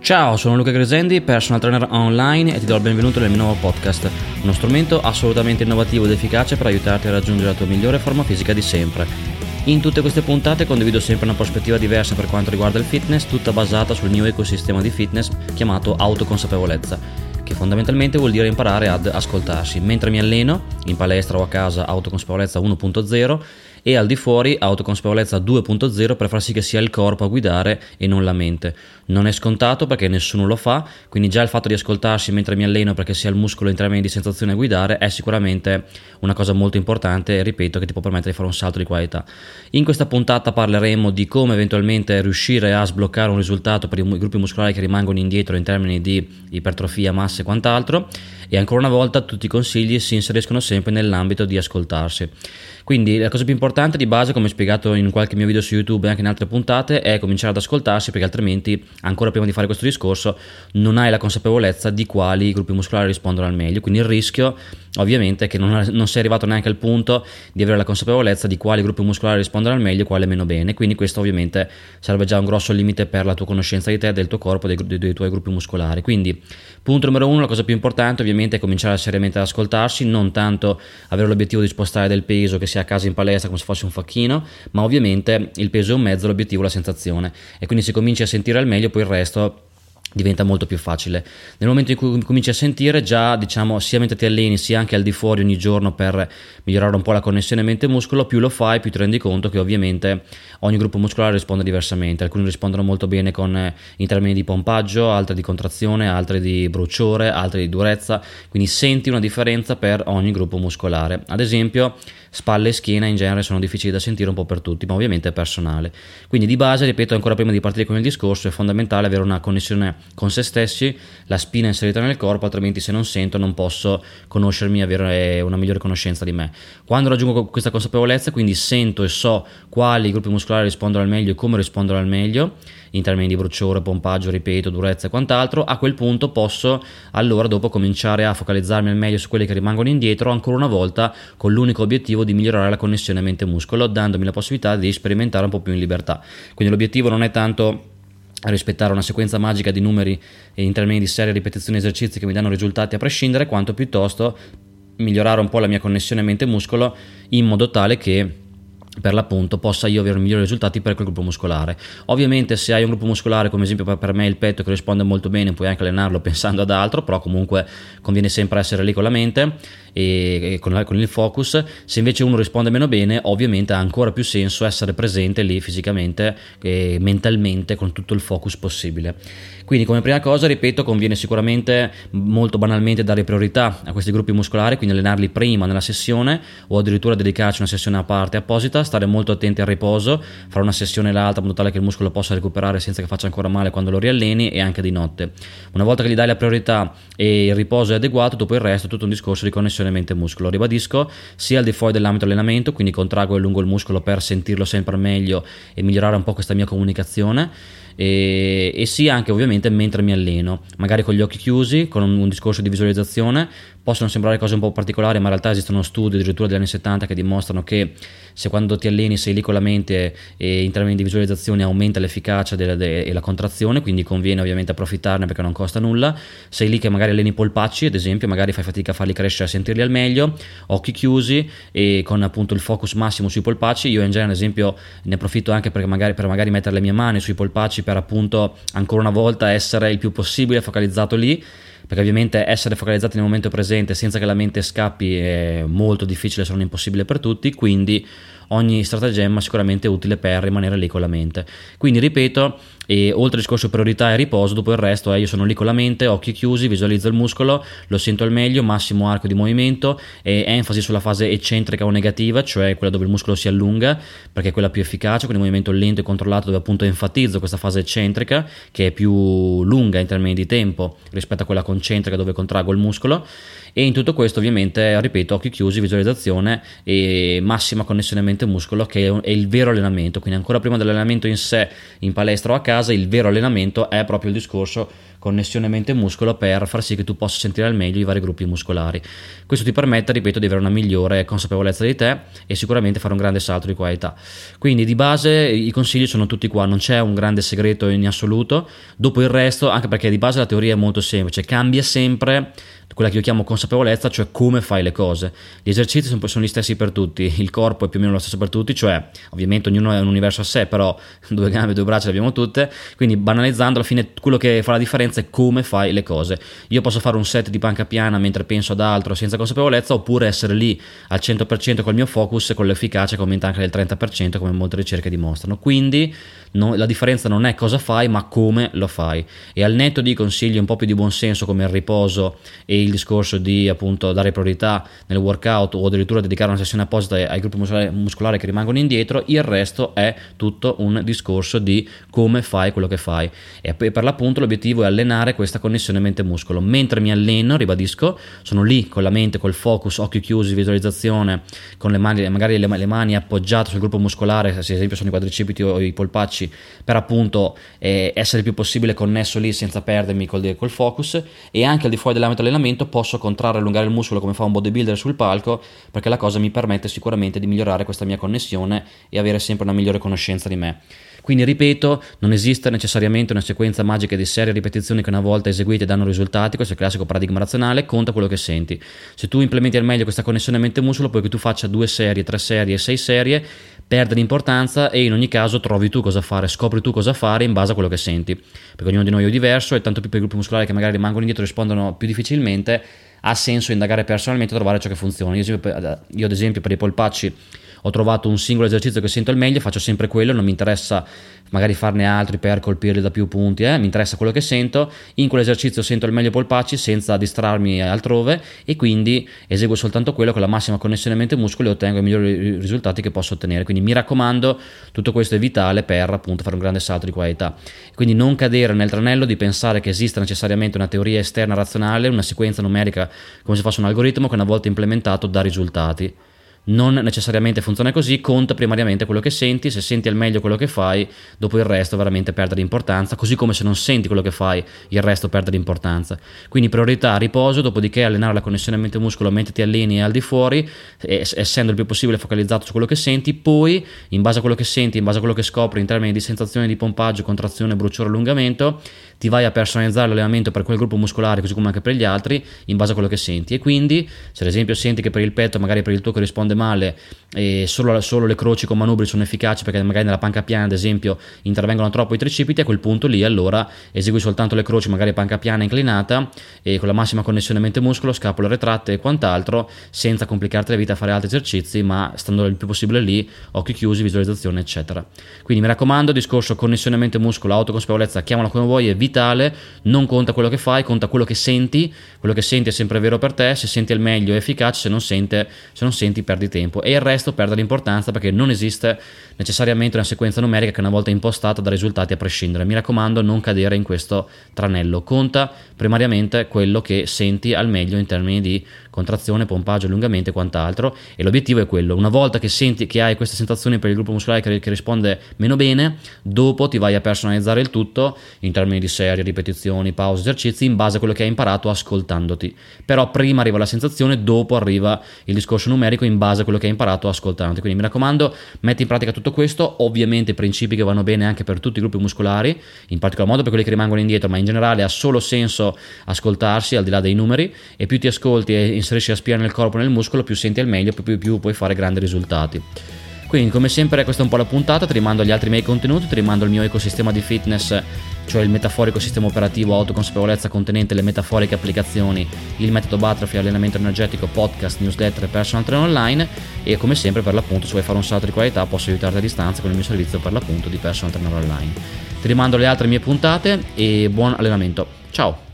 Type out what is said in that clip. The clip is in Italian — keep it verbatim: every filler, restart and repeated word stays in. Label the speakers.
Speaker 1: Ciao, sono Luca Gresendi, personal trainer online e ti do il benvenuto nel mio nuovo podcast, uno strumento assolutamente innovativo ed efficace per aiutarti a raggiungere la tua migliore forma fisica di sempre. In tutte queste puntate condivido sempre una prospettiva diversa per quanto riguarda il fitness, tutta basata sul mio ecosistema di fitness chiamato autoconsapevolezza, che fondamentalmente vuol dire imparare ad ascoltarsi. Mentre mi alleno, in palestra o a casa, autoconsapevolezza uno punto zero, e al di fuori autoconsapevolezza due punto zero per far sì che sia il corpo a guidare e non la mente. Non è scontato perché nessuno lo fa, quindi già il fatto di ascoltarsi mentre mi alleno perché sia il muscolo in termini di sensazione a guidare è sicuramente una cosa molto importante e ripeto che ti può permettere di fare un salto di qualità. In questa puntata parleremo di come eventualmente riuscire a sbloccare un risultato per i gruppi muscolari che rimangono indietro in termini di ipertrofia, massa e quant'altro, e ancora una volta tutti i consigli si inseriscono sempre nell'ambito di ascoltarsi. Quindi la cosa più importante di base, come spiegato in qualche mio video su YouTube e anche in altre puntate, è cominciare ad ascoltarsi, perché altrimenti, ancora prima di fare questo discorso, non hai la consapevolezza di quali gruppi muscolari rispondono al meglio. Quindi il rischio ovviamente è che non, non sei arrivato neanche al punto di avere la consapevolezza di quali gruppi muscolari rispondono al meglio e quali meno bene. Quindi questo ovviamente sarebbe già un grosso limite per la tua conoscenza di te, del tuo corpo, dei, dei, dei tuoi gruppi muscolari. Quindi punto numero uno, la cosa più importante ovviamente è cominciare seriamente ad ascoltarsi, non tanto avere l'obiettivo di spostare del peso che sia a casa in palestra come se fosse un facchino, ma ovviamente il peso è un mezzo, l'obiettivo è la sensazione, e quindi se cominci a sentire al meglio poi il resto diventa molto più facile. Nel momento in cui cominci a sentire, già diciamo sia mentre ti alleni sia anche al di fuori ogni giorno per migliorare un po' la connessione mente-muscolo, più lo fai più ti rendi conto che ovviamente ogni gruppo muscolare risponde diversamente. Alcuni rispondono molto bene con in termini di pompaggio, altri di contrazione, altri di bruciore, altri di durezza, quindi senti una differenza per ogni gruppo muscolare. Ad esempio spalle e schiena in genere sono difficili da sentire un po' per tutti, ma ovviamente è personale. Quindi di base, ripeto ancora prima di partire con il discorso, è fondamentale avere una connessione con se stessi, la spina inserita nel corpo, altrimenti se non sento non posso conoscermi e avere una migliore conoscenza di me. Quando raggiungo questa consapevolezza, quindi sento e so quali gruppi muscolari rispondono al meglio e come rispondono al meglio in termini di bruciore, pompaggio, ripeto, durezza e quant'altro, a quel punto posso allora dopo cominciare a focalizzarmi al meglio su quelli che rimangono indietro, ancora una volta con l'unico obiettivo di migliorare la connessione mente-muscolo, dandomi la possibilità di sperimentare un po' più in libertà. Quindi l'obiettivo non è tanto rispettare una sequenza magica di numeri in termini di serie, ripetizioni, esercizi che mi danno risultati a prescindere, quanto piuttosto migliorare un po' la mia connessione mente-muscolo in modo tale che per l'appunto possa io avere migliori risultati per quel gruppo muscolare. Ovviamente se hai un gruppo muscolare come esempio per me il petto che risponde molto bene, puoi anche allenarlo pensando ad altro, però comunque conviene sempre essere lì con la mente e, e con, la, con il focus. Se invece uno risponde meno bene, ovviamente ha ancora più senso essere presente lì fisicamente e mentalmente con tutto il focus possibile. Quindi come prima cosa, ripeto, conviene sicuramente molto banalmente dare priorità a questi gruppi muscolari, quindi allenarli prima nella sessione o addirittura dedicarci una sessione a parte apposita, stare molto attenti al riposo, fare una sessione e l'altra in modo tale che il muscolo possa recuperare senza che faccia ancora male quando lo rialleni, e anche di notte. Una volta che gli dai la priorità e il riposo è adeguato, dopo il resto è tutto un discorso di connessione mente-muscolo. Ribadisco, sia al di fuori dell'ambito allenamento, quindi contraggo e allungo il muscolo per sentirlo sempre meglio e migliorare un po' questa mia comunicazione, e, e sia anche ovviamente mentre mi alleno, magari con gli occhi chiusi, con un, un discorso di visualizzazione. Possono sembrare cose un po' particolari, ma in realtà esistono studi addirittura degli anni settanta che dimostrano che se quando ti alleni sei lì con la mente e in termini di visualizzazione aumenta l'efficacia de- de- e la contrazione, quindi conviene ovviamente approfittarne perché non costa nulla. Sei lì che magari alleni i polpacci, ad esempio, magari fai fatica a farli crescere, a sentirli al meglio, occhi chiusi e con appunto il focus massimo sui polpacci. Io in genere ad esempio ne approfitto anche perché magari, per magari mettere le mie mani sui polpacci per appunto ancora una volta essere il più possibile focalizzato lì, perché ovviamente essere focalizzati nel momento presente senza che la mente scappi è molto difficile, se non impossibile per tutti, quindi ogni stratagemma sicuramente è utile per rimanere lì con la mente. Quindi ripeto, e oltre al discorso priorità e riposo, dopo il resto eh, io sono lì con la mente, occhi chiusi, visualizzo il muscolo, lo sento al meglio, massimo arco di movimento e enfasi sulla fase eccentrica o negativa, cioè quella dove il muscolo si allunga, perché è quella più efficace, quindi movimento lento e controllato dove appunto enfatizzo questa fase eccentrica che è più lunga in termini di tempo rispetto a quella concentrica dove contraggo il muscolo. E in tutto questo ovviamente, ripeto, occhi chiusi, visualizzazione e massima connessione mente-muscolo, che è il vero allenamento. Quindi ancora prima dell'allenamento in sé in palestra o a casa, casa, il vero allenamento è proprio il discorso connessione mente-muscolo per far sì che tu possa sentire al meglio i vari gruppi muscolari. Questo ti permette, ripeto, di avere una migliore consapevolezza di te e sicuramente fare un grande salto di qualità. Quindi di base i consigli sono tutti qua, non c'è un grande segreto in assoluto. Dopo il resto, anche perché di base la teoria è molto semplice, cambia sempre quella che io chiamo consapevolezza, cioè come fai le cose. Gli esercizi sono, sono gli stessi per tutti, il corpo è più o meno lo stesso per tutti, cioè ovviamente ognuno è un universo a sé, però due gambe, due braccia le abbiamo tutte, quindi banalizzando alla fine quello che fa la differenza è come fai le cose. Io posso fare un set di panca piana mentre penso ad altro senza consapevolezza, oppure essere lì al cento per cento col mio focus, con l'efficacia che aumenta anche del trenta per cento, come molte ricerche dimostrano. Quindi no, la differenza non è cosa fai ma come lo fai, e al netto di consigli un po' più di buon senso come il riposo e il discorso di appunto dare priorità nel workout o addirittura dedicare una sessione apposita ai gruppi muscolari, muscolari che rimangono indietro, il resto è tutto un discorso di come fai quello che fai. E per l'appunto l'obiettivo è allenare questa connessione mente-muscolo. Mentre mi alleno, ribadisco, sono lì con la mente, col focus, occhi chiusi, visualizzazione, con le mani, magari le, le mani appoggiate sul gruppo muscolare, se ad esempio sono i quadricipiti o i polpacci, per appunto eh, essere il più possibile connesso lì senza perdermi col, col focus. E anche al di fuori dell'ambito allenamento posso contrarre e allungare il muscolo come fa un bodybuilder sul palco, perché la cosa mi permette sicuramente di migliorare questa mia connessione e avere sempre una migliore conoscenza di me. Quindi ripeto, non esiste necessariamente una sequenza magica di serie ripetizioni che una volta eseguite danno risultati, questo è il classico paradigma razionale, conta quello che senti. Se tu implementi al meglio questa connessione mente-muscolo, poi che tu faccia due serie, tre serie, sei serie, perde di importanza e in ogni caso trovi tu cosa fare, scopri tu cosa fare in base a quello che senti, perché ognuno di noi è diverso e tanto più per i gruppi muscolari che magari rimangono indietro e rispondono più difficilmente, ha senso indagare personalmente e trovare ciò che funziona. Io, io ad esempio per i polpacci ho trovato un singolo esercizio che sento al meglio, faccio sempre quello, non mi interessa magari farne altri per colpirli da più punti, eh? mi interessa quello che sento, in quell'esercizio sento al meglio i polpacci senza distrarmi altrove e quindi eseguo soltanto quello con la massima connessione mente-muscoli e ottengo i migliori risultati che posso ottenere. Quindi mi raccomando, tutto questo è vitale per appunto fare un grande salto di qualità. Quindi non cadere nel tranello di pensare che esista necessariamente una teoria esterna razionale, una sequenza numerica come se fosse un algoritmo che una volta implementato dà risultati. Non necessariamente funziona così, conta primariamente quello che senti. Se senti al meglio quello che fai, dopo il resto veramente perde di importanza, così come se non senti quello che fai, il resto perde di importanza. Quindi priorità, riposo, dopodiché allenare la connessione mente-muscolo mentre ti alleni al di fuori, essendo il più possibile focalizzato su quello che senti. Poi, in base a quello che senti, in base a quello che scopri in termini di sensazioni di pompaggio, contrazione, bruciore, allungamento, ti vai a personalizzare l'allenamento per quel gruppo muscolare, così come anche per gli altri, in base a quello che senti. E quindi, se ad esempio senti che per il petto, magari per il tuo che risponde male, e solo, solo le croci con manubri sono efficaci perché magari nella panca piana ad esempio intervengono troppo i tricipiti, a quel punto lì allora esegui soltanto le croci, magari panca piana inclinata e con la massima connessione mente-muscolo, scapole retratte e quant'altro, senza complicarti la vita a fare altri esercizi, ma stando il più possibile lì, occhi chiusi, visualizzazione eccetera. Quindi mi raccomando, discorso connessione mente-muscolo, autoconsapevolezza, chiamala come vuoi, è vitale. Non conta quello che fai, conta quello che senti. Quello che senti è sempre vero per te, se senti al meglio è efficace, se non, sente, se non senti perdi tempo e il resto perde l'importanza, perché non esiste necessariamente una sequenza numerica che una volta impostata dà risultati a prescindere. Mi raccomando, non cadere in questo tranello, conta primariamente quello che senti al meglio in termini di contrazione, pompaggio, allungamento e quant'altro, e l'obiettivo è quello. Una volta che senti che hai queste sensazioni per il gruppo muscolare che, che risponde meno bene, dopo ti vai a personalizzare il tutto in termini di serie, ripetizioni, pause, esercizi in base a quello che hai imparato ascoltandoti. Però prima arriva la sensazione, dopo arriva il discorso numerico in base a quello che hai imparato ascoltandoti. Quindi mi raccomando, metti in pratica tutto questo, ovviamente principi che vanno bene anche per tutti i gruppi muscolari, in particolar modo per quelli che rimangono indietro, ma in generale ha solo senso ascoltarsi al di là dei numeri, e più ti ascolti e inserisci la spina nel corpo e nel muscolo, più senti al meglio, più, più, più puoi fare grandi risultati. Quindi come sempre questa è un po' la puntata, ti rimando agli altri miei contenuti, ti rimando al mio ecosistema di fitness, cioè il metaforico sistema operativo autoconsapevolezza contenente le metaforiche applicazioni, il metodo Butterfly, allenamento energetico, podcast, newsletter e personal trainer online, e come sempre per l'appunto se vuoi fare un salto di qualità posso aiutarti a distanza con il mio servizio per l'appunto di personal trainer online. Ti rimando alle altre mie puntate e buon allenamento, ciao!